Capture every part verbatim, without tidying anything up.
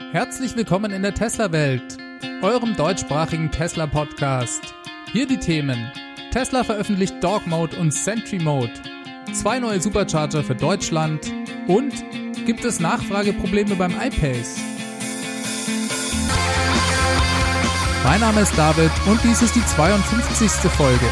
Herzlich willkommen in der Tesla-Welt, eurem deutschsprachigen Tesla-Podcast. Hier die Themen: Tesla veröffentlicht Dog Mode und Sentry Mode, zwei neue Supercharger für Deutschland und gibt es Nachfrageprobleme beim iPace? Mein Name ist David und dies ist die zweiundfünfzigste Folge.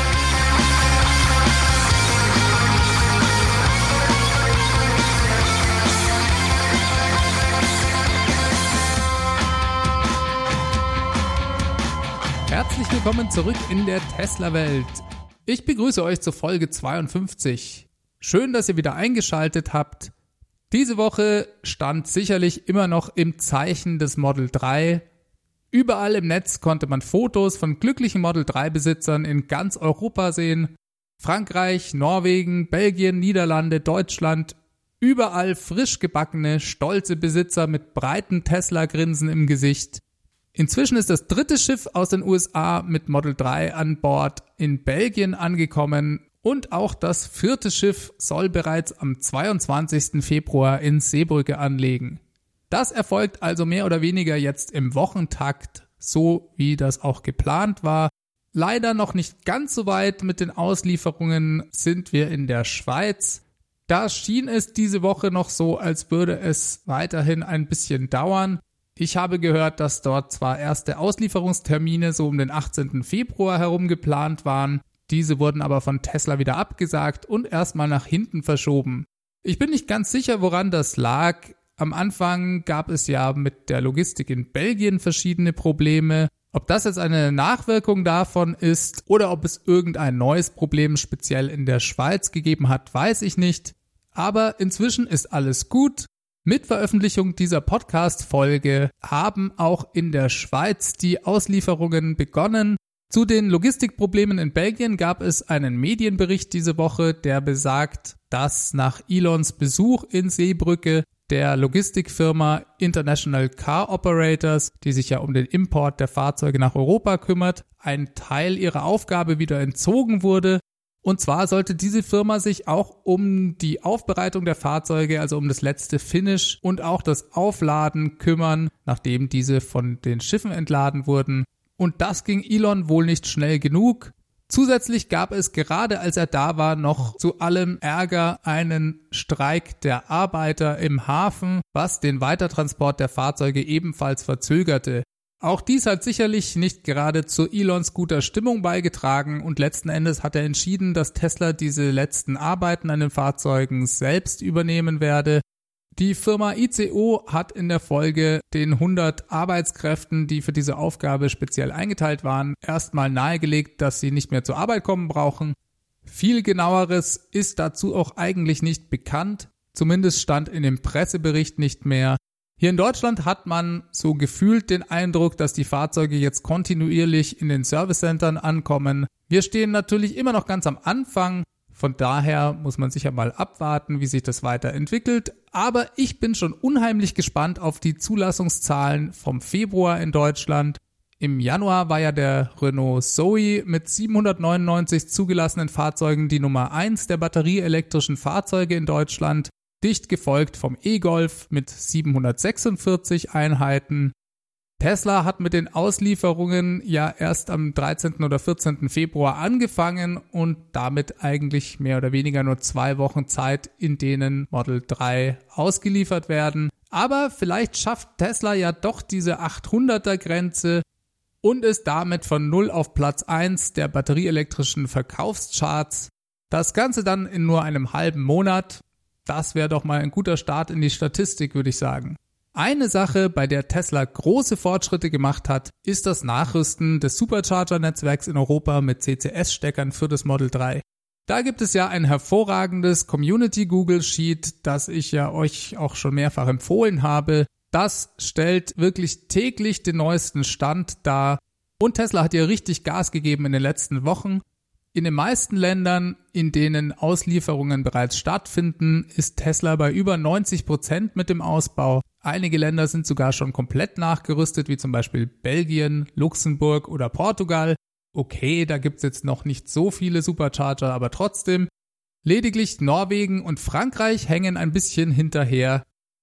Herzlich willkommen zurück in der Tesla-Welt. Ich begrüße euch zur Folge zweiundfünfzig. Schön, dass ihr wieder eingeschaltet habt. Diese Woche stand sicherlich immer noch im Zeichen des Model drei. Überall im Netz konnte man Fotos von glücklichen Model drei Besitzern in ganz Europa sehen. Frankreich, Norwegen, Belgien, Niederlande, Deutschland. Überall frisch gebackene, stolze Besitzer mit breiten Tesla-Grinsen im Gesicht. Inzwischen ist das dritte Schiff aus den U S A mit Model drei an Bord in Belgien angekommen und auch das vierte Schiff soll bereits am zweiundzwanzigsten Februar in Seebrücke anlegen. Das erfolgt also mehr oder weniger jetzt im Wochentakt, so wie das auch geplant war. Leider noch nicht ganz so weit mit den Auslieferungen sind wir in der Schweiz. Da schien es diese Woche noch so, als würde es weiterhin ein bisschen dauern. Ich habe gehört, dass dort zwar erste Auslieferungstermine so um den achtzehnten Februar herum geplant waren, diese wurden aber von Tesla wieder abgesagt und erstmal nach hinten verschoben. Ich bin nicht ganz sicher, woran das lag. Am Anfang gab es ja mit der Logistik in Belgien verschiedene Probleme. Ob das jetzt eine Nachwirkung davon ist oder ob es irgendein neues Problem speziell in der Schweiz gegeben hat, weiß ich nicht. Aber inzwischen ist alles gut. Mit Veröffentlichung dieser Podcast-Folge haben auch in der Schweiz die Auslieferungen begonnen. Zu den Logistikproblemen in Belgien gab es einen Medienbericht diese Woche, der besagt, dass nach Elons Besuch in Seebrücke der Logistikfirma International Car Operators, die sich ja um den Import der Fahrzeuge nach Europa kümmert, ein Teil ihrer Aufgabe wieder entzogen wurde. Und zwar sollte diese Firma sich auch um die Aufbereitung der Fahrzeuge, also um das letzte Finish und auch das Aufladen kümmern, nachdem diese von den Schiffen entladen wurden. Und das ging Elon wohl nicht schnell genug. Zusätzlich gab es gerade als er da war noch zu allem Ärger einen Streik der Arbeiter im Hafen, was den Weitertransport der Fahrzeuge ebenfalls verzögerte. Auch dies hat sicherlich nicht gerade zu Elons guter Stimmung beigetragen und letzten Endes hat er entschieden, dass Tesla diese letzten Arbeiten an den Fahrzeugen selbst übernehmen werde. Die Firma I C O hat in der Folge den hundert Arbeitskräften, die für diese Aufgabe speziell eingeteilt waren, erstmal nahegelegt, dass sie nicht mehr zur Arbeit kommen brauchen. Viel Genaueres ist dazu auch eigentlich nicht bekannt, zumindest stand in dem Pressebericht nicht mehr. Hier in Deutschland hat man so gefühlt den Eindruck, dass die Fahrzeuge jetzt kontinuierlich in den Servicecentern ankommen. Wir stehen natürlich immer noch ganz am Anfang, von daher muss man sicher mal abwarten, wie sich das weiterentwickelt. Aber ich bin schon unheimlich gespannt auf die Zulassungszahlen vom Februar in Deutschland. Im Januar war ja der Renault Zoe mit siebenhundertneunundneunzig zugelassenen Fahrzeugen die Nummer eins der batterieelektrischen Fahrzeuge in Deutschland. Dicht gefolgt vom E-Golf mit siebenhundertsechsundvierzig Einheiten. Tesla hat mit den Auslieferungen ja erst am dreizehnten oder vierzehnten Februar angefangen und damit eigentlich mehr oder weniger nur zwei Wochen Zeit, in denen Model drei ausgeliefert werden. Aber vielleicht schafft Tesla ja doch diese achthunderter Grenze und ist damit von null auf Platz eins der batterieelektrischen Verkaufscharts. Das Ganze dann in nur einem halben Monat. Das wäre doch mal ein guter Start in die Statistik, würde ich sagen. Eine Sache, bei der Tesla große Fortschritte gemacht hat, ist das Nachrüsten des Supercharger-Netzwerks in Europa mit C C S-Steckern für das Model drei. Da gibt es ja ein hervorragendes Community-Google-Sheet, das ich ja euch auch schon mehrfach empfohlen habe. Das stellt wirklich täglich den neuesten Stand dar. Und Tesla hat ja richtig Gas gegeben in den letzten Wochen. In den meisten Ländern, in denen Auslieferungen bereits stattfinden, ist Tesla bei über neunzig Prozent mit dem Ausbau. Einige Länder sind sogar schon komplett nachgerüstet, wie zum Beispiel Belgien, Luxemburg oder Portugal. Okay, da gibt's jetzt noch nicht so viele Supercharger, aber trotzdem. Lediglich Norwegen und Frankreich hängen ein bisschen hinterher.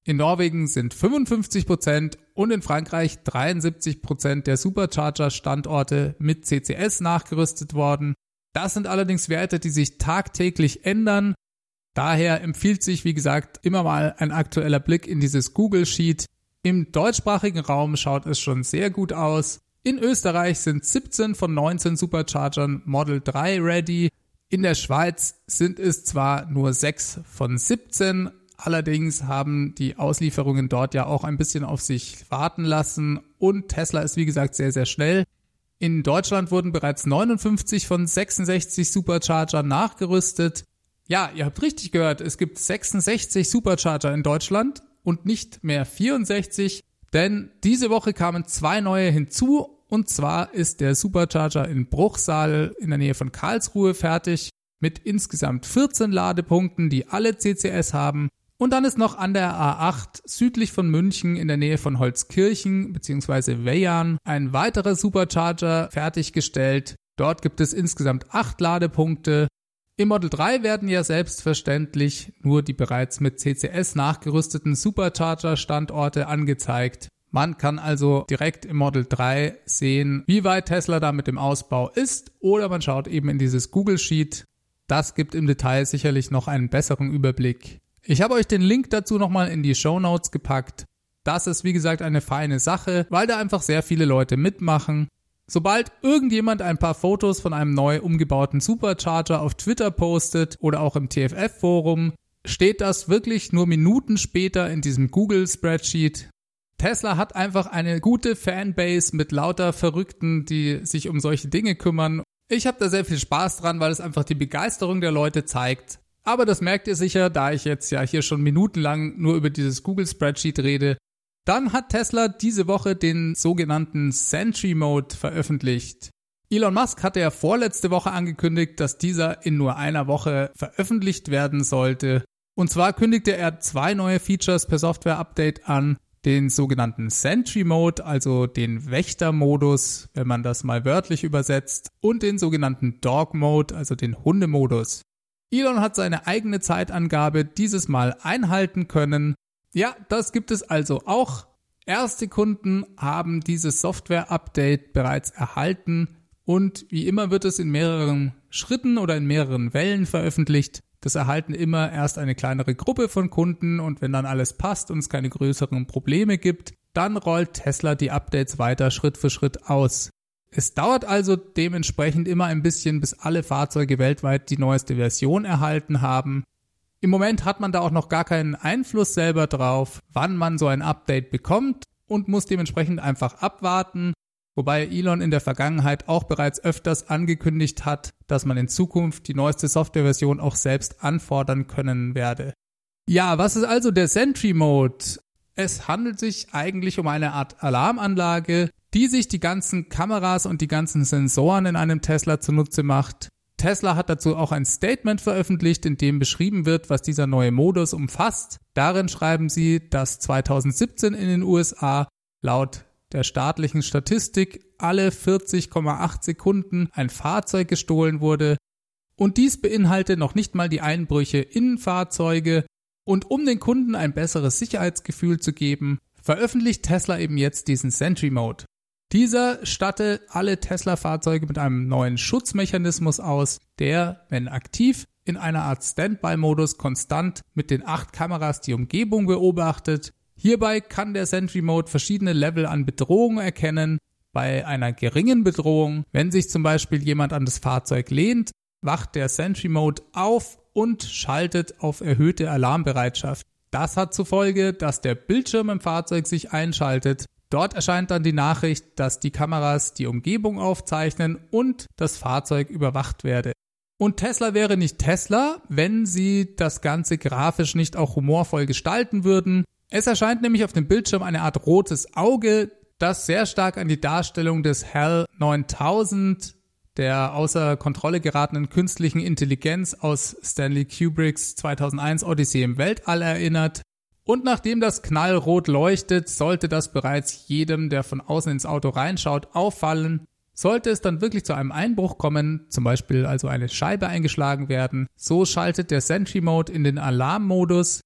In Norwegen sind fünfundfünfzig Prozent und in Frankreich dreiundsiebzig Prozent der Supercharger-Standorte mit C C S nachgerüstet worden. Das sind allerdings Werte, die sich tagtäglich ändern. Daher empfiehlt sich, wie gesagt, immer mal ein aktueller Blick in dieses Google Sheet. Im deutschsprachigen Raum schaut es schon sehr gut aus. In Österreich sind siebzehn von neunzehn Superchargern Model drei ready. In der Schweiz sind es zwar nur sechs von siebzehn, allerdings haben die Auslieferungen dort ja auch ein bisschen auf sich warten lassen und Tesla ist wie gesagt sehr, sehr schnell. In Deutschland wurden bereits neunundfünfzig von sechsundsechzig Superchargern nachgerüstet. Ja, ihr habt richtig gehört, es gibt sechsundsechzig Supercharger in Deutschland und nicht mehr vierundsechzig, denn diese Woche kamen zwei neue hinzu. Und zwar ist der Supercharger in Bruchsal in der Nähe von Karlsruhe fertig mit insgesamt vierzehn Ladepunkten, die alle C C S haben. Und dann ist noch an der A acht südlich von München in der Nähe von Holzkirchen bzw. Weyarn ein weiterer Supercharger fertiggestellt. Dort gibt es insgesamt acht Ladepunkte. Im Model drei werden ja selbstverständlich nur die bereits mit C C S nachgerüsteten Supercharger-Standorte angezeigt. Man kann also direkt im Model drei sehen, wie weit Tesla da mit dem Ausbau ist, oder man schaut eben in dieses Google Sheet. Das gibt im Detail sicherlich noch einen besseren Überblick. Ich habe euch den Link dazu nochmal in die Shownotes gepackt. Das ist wie gesagt eine feine Sache, weil da einfach sehr viele Leute mitmachen. Sobald irgendjemand ein paar Fotos von einem neu umgebauten Supercharger auf Twitter postet oder auch im T F F-Forum, steht das wirklich nur Minuten später in diesem Google-Spreadsheet. Tesla hat einfach eine gute Fanbase mit lauter Verrückten, die sich um solche Dinge kümmern. Ich habe da sehr viel Spaß dran, weil es einfach die Begeisterung der Leute zeigt. Aber das merkt ihr sicher, da ich jetzt ja hier schon minutenlang nur über dieses Google-Spreadsheet rede. Dann hat Tesla diese Woche den sogenannten Sentry Mode veröffentlicht. Elon Musk hatte ja vorletzte Woche angekündigt, dass dieser in nur einer Woche veröffentlicht werden sollte. Und zwar kündigte er zwei neue Features per Software-Update an. Den sogenannten Sentry Mode, also den Wächtermodus, wenn man das mal wörtlich übersetzt, und den sogenannten Dog Mode, also den Hundemodus. Elon hat seine eigene Zeitangabe dieses Mal einhalten können. Ja, das gibt es also auch. Erste Kunden haben dieses Software-Update bereits erhalten und wie immer wird es in mehreren Schritten oder in mehreren Wellen veröffentlicht. Das erhalten immer erst eine kleinere Gruppe von Kunden und wenn dann alles passt und es keine größeren Probleme gibt, dann rollt Tesla die Updates weiter Schritt für Schritt aus. Es dauert also dementsprechend immer ein bisschen, bis alle Fahrzeuge weltweit die neueste Version erhalten haben. Im Moment hat man da auch noch gar keinen Einfluss selber drauf, wann man so ein Update bekommt und muss dementsprechend einfach abwarten. Wobei Elon in der Vergangenheit auch bereits öfters angekündigt hat, dass man in Zukunft die neueste Softwareversion auch selbst anfordern können werde. Ja, was ist also der Sentry Mode? Es handelt sich eigentlich um eine Art Alarmanlage, die sich die ganzen Kameras und die ganzen Sensoren in einem Tesla zunutze macht. Tesla hat dazu auch ein Statement veröffentlicht, in dem beschrieben wird, was dieser neue Modus umfasst. Darin schreiben sie, dass zweitausendsiebzehn in den U S A laut der staatlichen Statistik alle vierzig Komma acht Sekunden ein Fahrzeug gestohlen wurde und dies beinhaltet noch nicht mal die Einbrüche in Fahrzeuge und um den Kunden ein besseres Sicherheitsgefühl zu geben, veröffentlicht Tesla eben jetzt diesen Sentry Mode. Dieser stattet alle Tesla-Fahrzeuge mit einem neuen Schutzmechanismus aus, der, wenn aktiv, in einer Art Standby-Modus konstant mit den acht Kameras die Umgebung beobachtet. Hierbei kann der Sentry Mode verschiedene Level an Bedrohung erkennen. Bei einer geringen Bedrohung, wenn sich zum Beispiel jemand an das Fahrzeug lehnt, wacht der Sentry Mode auf und schaltet auf erhöhte Alarmbereitschaft. Das hat zur Folge, dass der Bildschirm im Fahrzeug sich einschaltet. Dort erscheint dann die Nachricht, dass die Kameras die Umgebung aufzeichnen und das Fahrzeug überwacht werde. Und Tesla wäre nicht Tesla, wenn sie das Ganze grafisch nicht auch humorvoll gestalten würden. Es erscheint nämlich auf dem Bildschirm eine Art rotes Auge, das sehr stark an die Darstellung des HAL neuntausend, der außer Kontrolle geratenen künstlichen Intelligenz aus Stanley Kubricks zweitausendeins Odyssee im Weltall erinnert. Und nachdem das knallrot leuchtet, sollte das bereits jedem, der von außen ins Auto reinschaut, auffallen. Sollte es dann wirklich zu einem Einbruch kommen, zum Beispiel also eine Scheibe eingeschlagen werden, so schaltet der Sentry Mode in den Alarmmodus.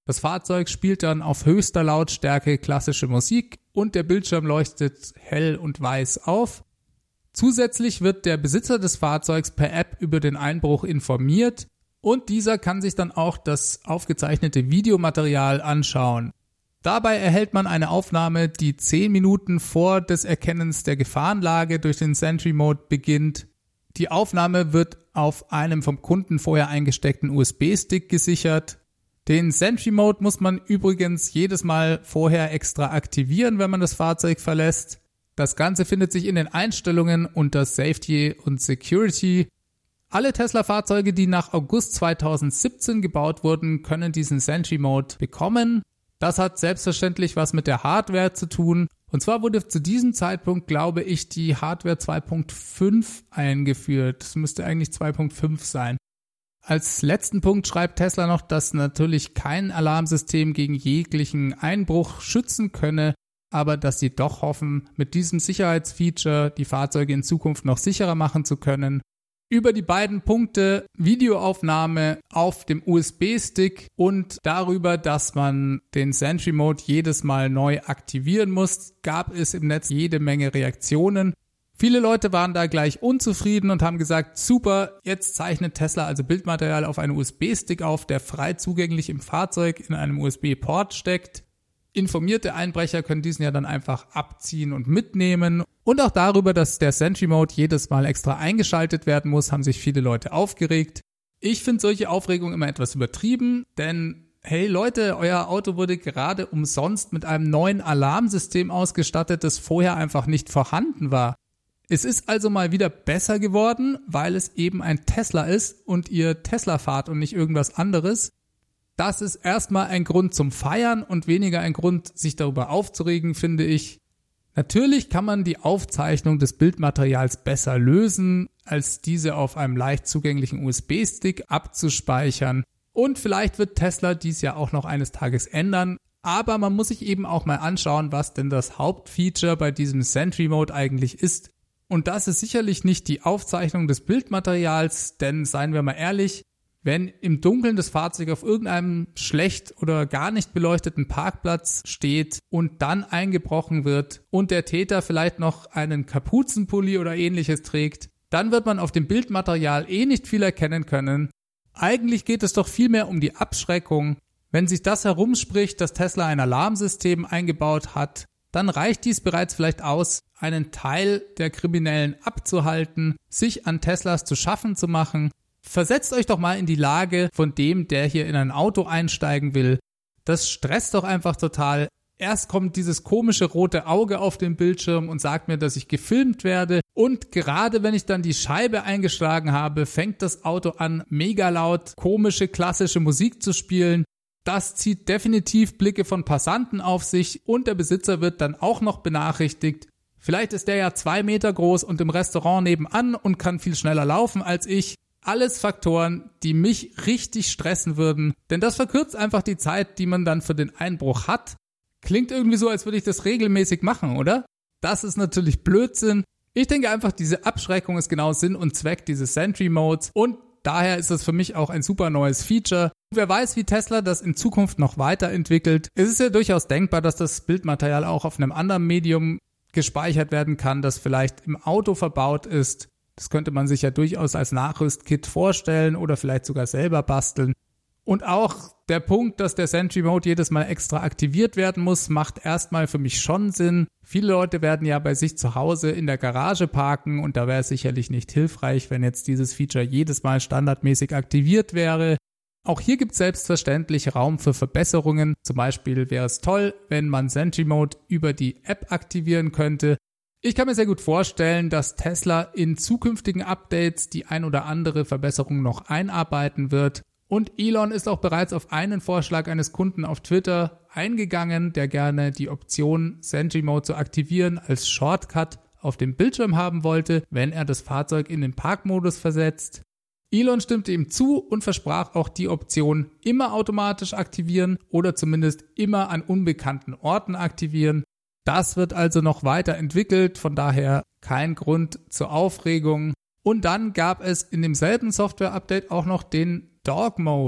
Das Fahrzeug spielt dann auf höchster Lautstärke klassische Musik und der Bildschirm leuchtet hell und weiß auf. Zusätzlich wird der Besitzer des Fahrzeugs per App über den Einbruch informiert und dieser kann sich dann auch das aufgezeichnete Videomaterial anschauen. Dabei erhält man eine Aufnahme, die zehn Minuten vor des Erkennens der Gefahrenlage durch den Sentry Mode beginnt. Die Aufnahme wird auf einem vom Kunden vorher eingesteckten U S B-Stick gesichert. Den Sentry Mode muss man übrigens jedes Mal vorher extra aktivieren, wenn man das Fahrzeug verlässt. Das Ganze findet sich in den Einstellungen unter Safety und Security. Alle Tesla-Fahrzeuge, die nach August zweitausendsiebzehn gebaut wurden, können diesen Sentry Mode bekommen. Das hat selbstverständlich was mit der Hardware zu tun. Und zwar wurde zu diesem Zeitpunkt, glaube ich, die Hardware zwei Punkt fünf eingeführt. Das müsste eigentlich zwei Punkt fünf sein. Als letzten Punkt schreibt Tesla noch, dass natürlich kein Alarmsystem gegen jeglichen Einbruch schützen könne, aber dass sie doch hoffen, mit diesem Sicherheitsfeature die Fahrzeuge in Zukunft noch sicherer machen zu können. Über die beiden Punkte Videoaufnahme auf dem U S B-Stick und darüber, dass man den Sentry Mode jedes Mal neu aktivieren muss, gab es im Netz jede Menge Reaktionen. Viele Leute waren da gleich unzufrieden und haben gesagt, super, jetzt zeichnet Tesla also Bildmaterial auf einen U S B-Stick auf, der frei zugänglich im Fahrzeug in einem U S B-Port steckt. Informierte Einbrecher können diesen ja dann einfach abziehen und mitnehmen. Und auch darüber, dass der Sentry Mode jedes Mal extra eingeschaltet werden muss, haben sich viele Leute aufgeregt. Ich finde solche Aufregung immer etwas übertrieben, denn hey Leute, euer Auto wurde gerade umsonst mit einem neuen Alarmsystem ausgestattet, das vorher einfach nicht vorhanden war. Es ist also mal wieder besser geworden, weil es eben ein Tesla ist und ihr Tesla fahrt und nicht irgendwas anderes. Das ist erstmal ein Grund zum Feiern und weniger ein Grund, sich darüber aufzuregen, finde ich. Natürlich kann man die Aufzeichnung des Bildmaterials besser lösen, als diese auf einem leicht zugänglichen U S B-Stick abzuspeichern. Und vielleicht wird Tesla dies ja auch noch eines Tages ändern. Aber man muss sich eben auch mal anschauen, was denn das Hauptfeature bei diesem Sentry Mode eigentlich ist. Und das ist sicherlich nicht die Aufzeichnung des Bildmaterials, denn seien wir mal ehrlich, wenn im Dunkeln das Fahrzeug auf irgendeinem schlecht oder gar nicht beleuchteten Parkplatz steht und dann eingebrochen wird und der Täter vielleicht noch einen Kapuzenpulli oder ähnliches trägt, dann wird man auf dem Bildmaterial eh nicht viel erkennen können. Eigentlich geht es doch vielmehr um die Abschreckung. Wenn sich das herumspricht, dass Tesla ein Alarmsystem eingebaut hat, dann reicht dies bereits vielleicht aus, einen Teil der Kriminellen abzuhalten, sich an Teslas zu schaffen zu machen. Versetzt euch doch mal in die Lage von dem, der hier in ein Auto einsteigen will. Das stresst doch einfach total. Erst kommt dieses komische rote Auge auf dem Bildschirm und sagt mir, dass ich gefilmt werde. Und gerade wenn ich dann die Scheibe eingeschlagen habe, fängt das Auto an, mega laut komische klassische Musik zu spielen. Das zieht definitiv Blicke von Passanten auf sich und der Besitzer wird dann auch noch benachrichtigt. Vielleicht ist der ja zwei Meter groß und im Restaurant nebenan und kann viel schneller laufen als ich. Alles Faktoren, die mich richtig stressen würden, denn das verkürzt einfach die Zeit, die man dann für den Einbruch hat. Klingt irgendwie so, als würde ich das regelmäßig machen, oder? Das ist natürlich Blödsinn. Ich denke einfach, diese Abschreckung ist genau Sinn und Zweck dieses Sentry Modes und daher ist das für mich auch ein super neues Feature. Wer weiß, wie Tesla das in Zukunft noch weiterentwickelt. Es ist ja durchaus denkbar, dass das Bildmaterial auch auf einem anderen Medium gespeichert werden kann, das vielleicht im Auto verbaut ist. Das könnte man sich ja durchaus als Nachrüstkit vorstellen oder vielleicht sogar selber basteln. Und auch der Punkt, dass der Sentry Mode jedes Mal extra aktiviert werden muss, macht erstmal für mich schon Sinn. Viele Leute werden ja bei sich zu Hause in der Garage parken und da wäre es sicherlich nicht hilfreich, wenn jetzt dieses Feature jedes Mal standardmäßig aktiviert wäre. Auch hier gibt es selbstverständlich Raum für Verbesserungen. Zum Beispiel wäre es toll, wenn man Sentry Mode über die App aktivieren könnte. Ich kann mir sehr gut vorstellen, dass Tesla in zukünftigen Updates die ein oder andere Verbesserung noch einarbeiten wird. Und Elon ist auch bereits auf einen Vorschlag eines Kunden auf Twitter eingegangen, der gerne die Option Sentry Mode zu aktivieren als Shortcut auf dem Bildschirm haben wollte, wenn er das Fahrzeug in den Parkmodus versetzt. Elon stimmte ihm zu und versprach auch die Option immer automatisch aktivieren oder zumindest immer an unbekannten Orten aktivieren. Das wird also noch weiterentwickelt, von daher kein Grund zur Aufregung. Und dann gab es in demselben Software-Update auch noch den Dog Mode.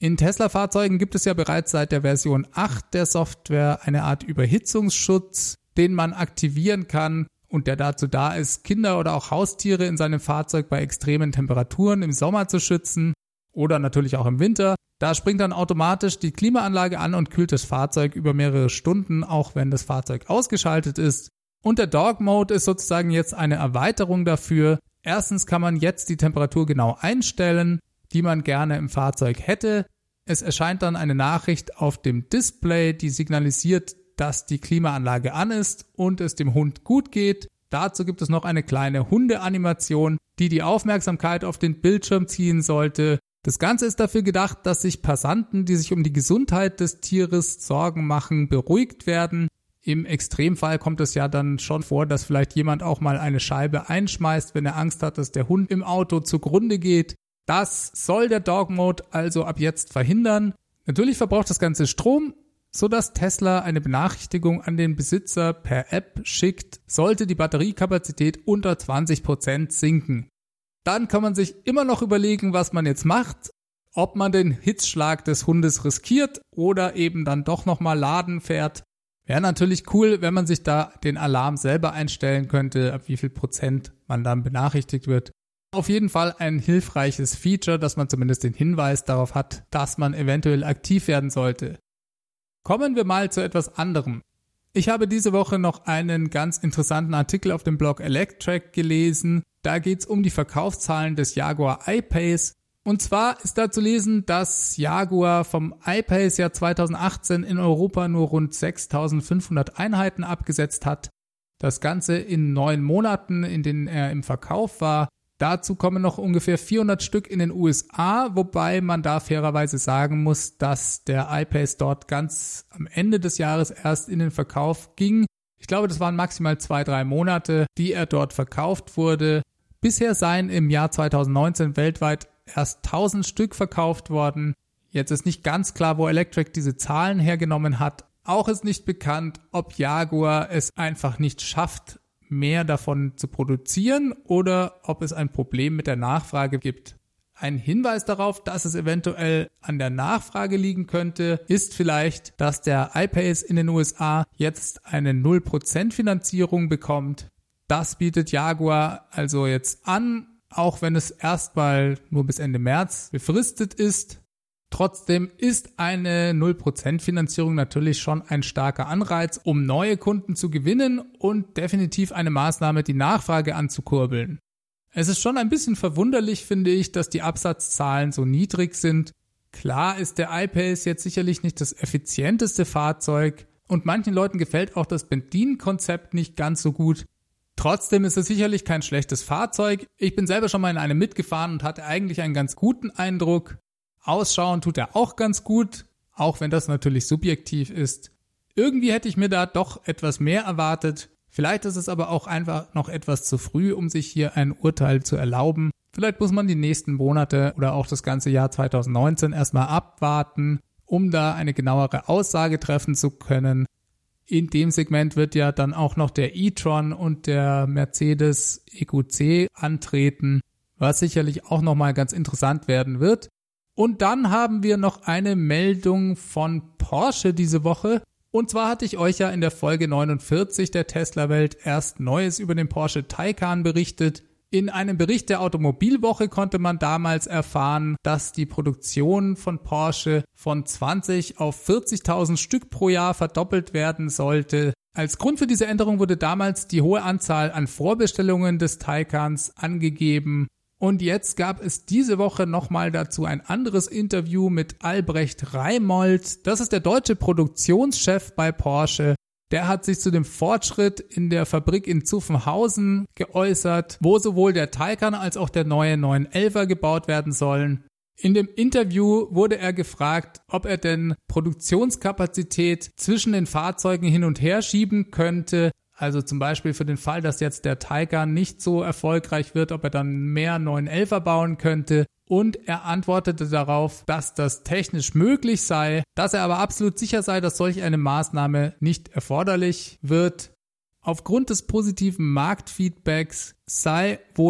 In Tesla-Fahrzeugen gibt es ja bereits seit der Version acht der Software eine Art Überhitzungsschutz, den man aktivieren kann und der dazu da ist, Kinder oder auch Haustiere in seinem Fahrzeug bei extremen Temperaturen im Sommer zu schützen oder natürlich auch im Winter. Da springt dann automatisch die Klimaanlage an und kühlt das Fahrzeug über mehrere Stunden, auch wenn das Fahrzeug ausgeschaltet ist. Und der Dog Mode ist sozusagen jetzt eine Erweiterung dafür. Erstens kann man jetzt die Temperatur genau einstellen, die man gerne im Fahrzeug hätte. Es erscheint dann eine Nachricht auf dem Display, die signalisiert, dass die Klimaanlage an ist und es dem Hund gut geht. Dazu gibt es noch eine kleine Hundeanimation, die die Aufmerksamkeit auf den Bildschirm ziehen sollte. Das Ganze ist dafür gedacht, dass sich Passanten, die sich um die Gesundheit des Tieres Sorgen machen, beruhigt werden. Im Extremfall kommt es ja dann schon vor, dass vielleicht jemand auch mal eine Scheibe einschmeißt, wenn er Angst hat, dass der Hund im Auto zugrunde geht. Das soll der Dog Mode also ab jetzt verhindern. Natürlich verbraucht das Ganze Strom, sodass Tesla eine Benachrichtigung an den Besitzer per App schickt, sollte die Batteriekapazität unter zwanzig Prozent sinken. Dann kann man sich immer noch überlegen, was man jetzt macht, ob man den Hitzschlag des Hundes riskiert oder eben dann doch nochmal laden fährt. Wäre natürlich cool, wenn man sich da den Alarm selber einstellen könnte, ab wie viel Prozent man dann benachrichtigt wird. Auf jeden Fall ein hilfreiches Feature, dass man zumindest den Hinweis darauf hat, dass man eventuell aktiv werden sollte. Kommen wir mal zu etwas anderem. Ich habe diese Woche noch einen ganz interessanten Artikel auf dem Blog Electrek gelesen. Da geht es um die Verkaufszahlen des Jaguar I-Pace. Und zwar ist da zu lesen, dass Jaguar vom I-Pace Jahr zweitausendachtzehn in Europa nur rund sechstausendfünfhundert Einheiten abgesetzt hat. Das Ganze in neun Monaten, in denen er im Verkauf war. Dazu kommen noch ungefähr vierhundert Stück in den U S A, wobei man da fairerweise sagen muss, dass der I-Pace dort ganz am Ende des Jahres erst in den Verkauf ging. Ich glaube, das waren maximal zwei, drei Monate, die er dort verkauft wurde. Bisher seien im Jahr zweitausendneunzehn weltweit erst tausend Stück verkauft worden. Jetzt ist nicht ganz klar, wo Electrek diese Zahlen hergenommen hat. Auch ist nicht bekannt, ob Jaguar es einfach nicht schafft, mehr davon zu produzieren oder ob es ein Problem mit der Nachfrage gibt. Ein Hinweis darauf, dass es eventuell an der Nachfrage liegen könnte, ist vielleicht, dass der I-Pace in den U S A jetzt eine null Prozent Finanzierung bekommt. Das bietet Jaguar also jetzt an, auch wenn es erstmal nur bis Ende März befristet ist. Trotzdem ist eine null Prozent Finanzierung natürlich schon ein starker Anreiz, um neue Kunden zu gewinnen und definitiv eine Maßnahme, die Nachfrage anzukurbeln. Es ist schon ein bisschen verwunderlich, finde ich, dass die Absatzzahlen so niedrig sind. Klar ist der I-Pace jetzt sicherlich nicht das effizienteste Fahrzeug und manchen Leuten gefällt auch das Benzinkonzept nicht ganz so gut. Trotzdem ist es sicherlich kein schlechtes Fahrzeug. Ich bin selber schon mal in einem mitgefahren und hatte eigentlich einen ganz guten Eindruck. Ausschauen tut er auch ganz gut, auch wenn das natürlich subjektiv ist. Irgendwie hätte ich mir da doch etwas mehr erwartet. Vielleicht ist es aber auch einfach noch etwas zu früh, um sich hier ein Urteil zu erlauben. Vielleicht muss man die nächsten Monate oder auch das ganze Jahr zweitausendneunzehn erstmal abwarten, um da eine genauere Aussage treffen zu können. In dem Segment wird ja dann auch noch der e-tron und der Mercedes E Q C antreten, was sicherlich auch nochmal ganz interessant werden wird. Und dann haben wir noch eine Meldung von Porsche diese Woche. Und zwar hatte ich euch ja in der Folge neunundvierzig der Tesla-Welt erst Neues über den Porsche Taycan berichtet. In einem Bericht der Automobilwoche konnte man damals erfahren, dass die Produktion von Porsche von zwanzig auf vierzigtausend Stück pro Jahr verdoppelt werden sollte. Als Grund für diese Änderung wurde damals die hohe Anzahl an Vorbestellungen des Taycans angegeben. Und jetzt gab es diese Woche nochmal dazu ein anderes Interview mit Albrecht Reimold. Das ist der deutsche Produktionschef bei Porsche. Der hat sich zu dem Fortschritt in der Fabrik in Zuffenhausen geäußert, wo sowohl der Taycan als auch der neue neun elfer gebaut werden sollen. In dem Interview wurde er gefragt, ob er denn Produktionskapazität zwischen den Fahrzeugen hin und her schieben könnte. Also zum Beispiel für den Fall, dass jetzt der Taycan nicht so erfolgreich wird, ob er dann mehr neun elfer bauen könnte. Und er antwortete darauf, dass das technisch möglich sei, dass er aber absolut sicher sei, dass solch eine Maßnahme nicht erforderlich wird. Aufgrund des positiven Marktfeedbacks sei wohl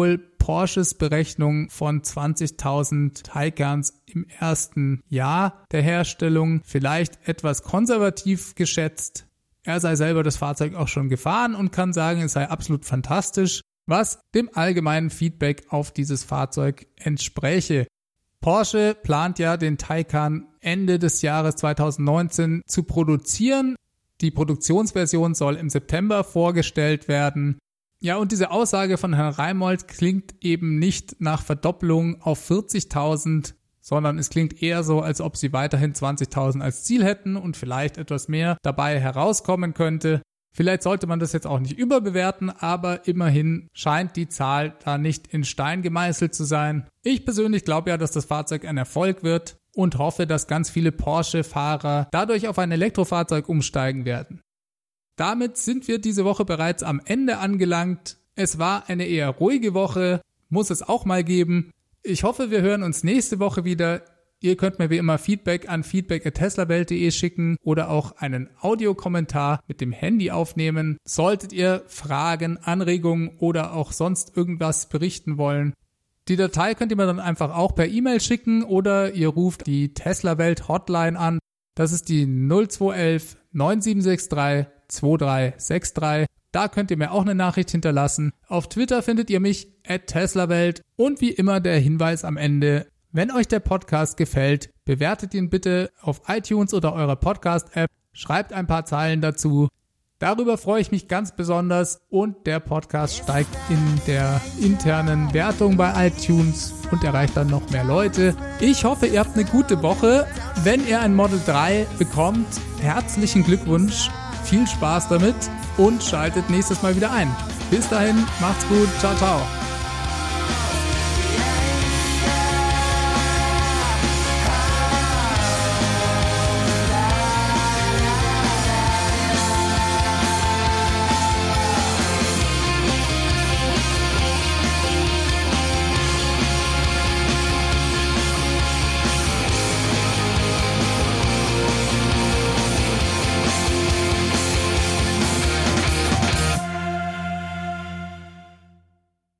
Porsches Berechnung von zwanzigtausend Taycans im ersten Jahr der Herstellung vielleicht etwas konservativ geschätzt. Er sei selber das Fahrzeug auch schon gefahren und kann sagen, es sei absolut fantastisch, was dem allgemeinen Feedback auf dieses Fahrzeug entspräche. Porsche plant ja, den Taycan Ende des Jahres zweitausendneunzehn zu produzieren. Die Produktionsversion soll im September vorgestellt werden. Ja, und diese Aussage von Herrn Reimold klingt eben nicht nach Verdoppelung auf vierzigtausend, sondern es klingt eher so, als ob sie weiterhin zwanzigtausend als Ziel hätten und vielleicht etwas mehr dabei herauskommen könnte. Vielleicht sollte man das jetzt auch nicht überbewerten, aber immerhin scheint die Zahl da nicht in Stein gemeißelt zu sein. Ich persönlich glaube ja, dass das Fahrzeug ein Erfolg wird und hoffe, dass ganz viele Porsche-Fahrer dadurch auf ein Elektrofahrzeug umsteigen werden. Damit sind wir diese Woche bereits am Ende angelangt. Es war eine eher ruhige Woche, muss es auch mal geben. Ich hoffe, wir hören uns nächste Woche wieder. Ihr könnt mir wie immer Feedback an feedback at teslawelt punkt de schicken oder auch einen Audiokommentar mit dem Handy aufnehmen. Solltet ihr Fragen, Anregungen oder auch sonst irgendwas berichten wollen, die Datei könnt ihr mir dann einfach auch per E-Mail schicken oder ihr ruft die Teslawelt Hotline an. Das ist die null zwei eins neun sieben sechs drei zwei drei sechs drei. Da könnt ihr mir auch eine Nachricht hinterlassen. Auf Twitter findet ihr mich at teslawelt und wie immer der Hinweis am Ende: Wenn euch der Podcast gefällt, bewertet ihn bitte auf iTunes oder eurer Podcast-App, schreibt ein paar Zeilen dazu. Darüber freue ich mich ganz besonders und der Podcast steigt in der internen Wertung bei iTunes und erreicht dann noch mehr Leute. Ich hoffe, ihr habt eine gute Woche. Wenn ihr ein Model drei bekommt, herzlichen Glückwunsch, viel Spaß damit und schaltet nächstes Mal wieder ein. Bis dahin, macht's gut, ciao, ciao.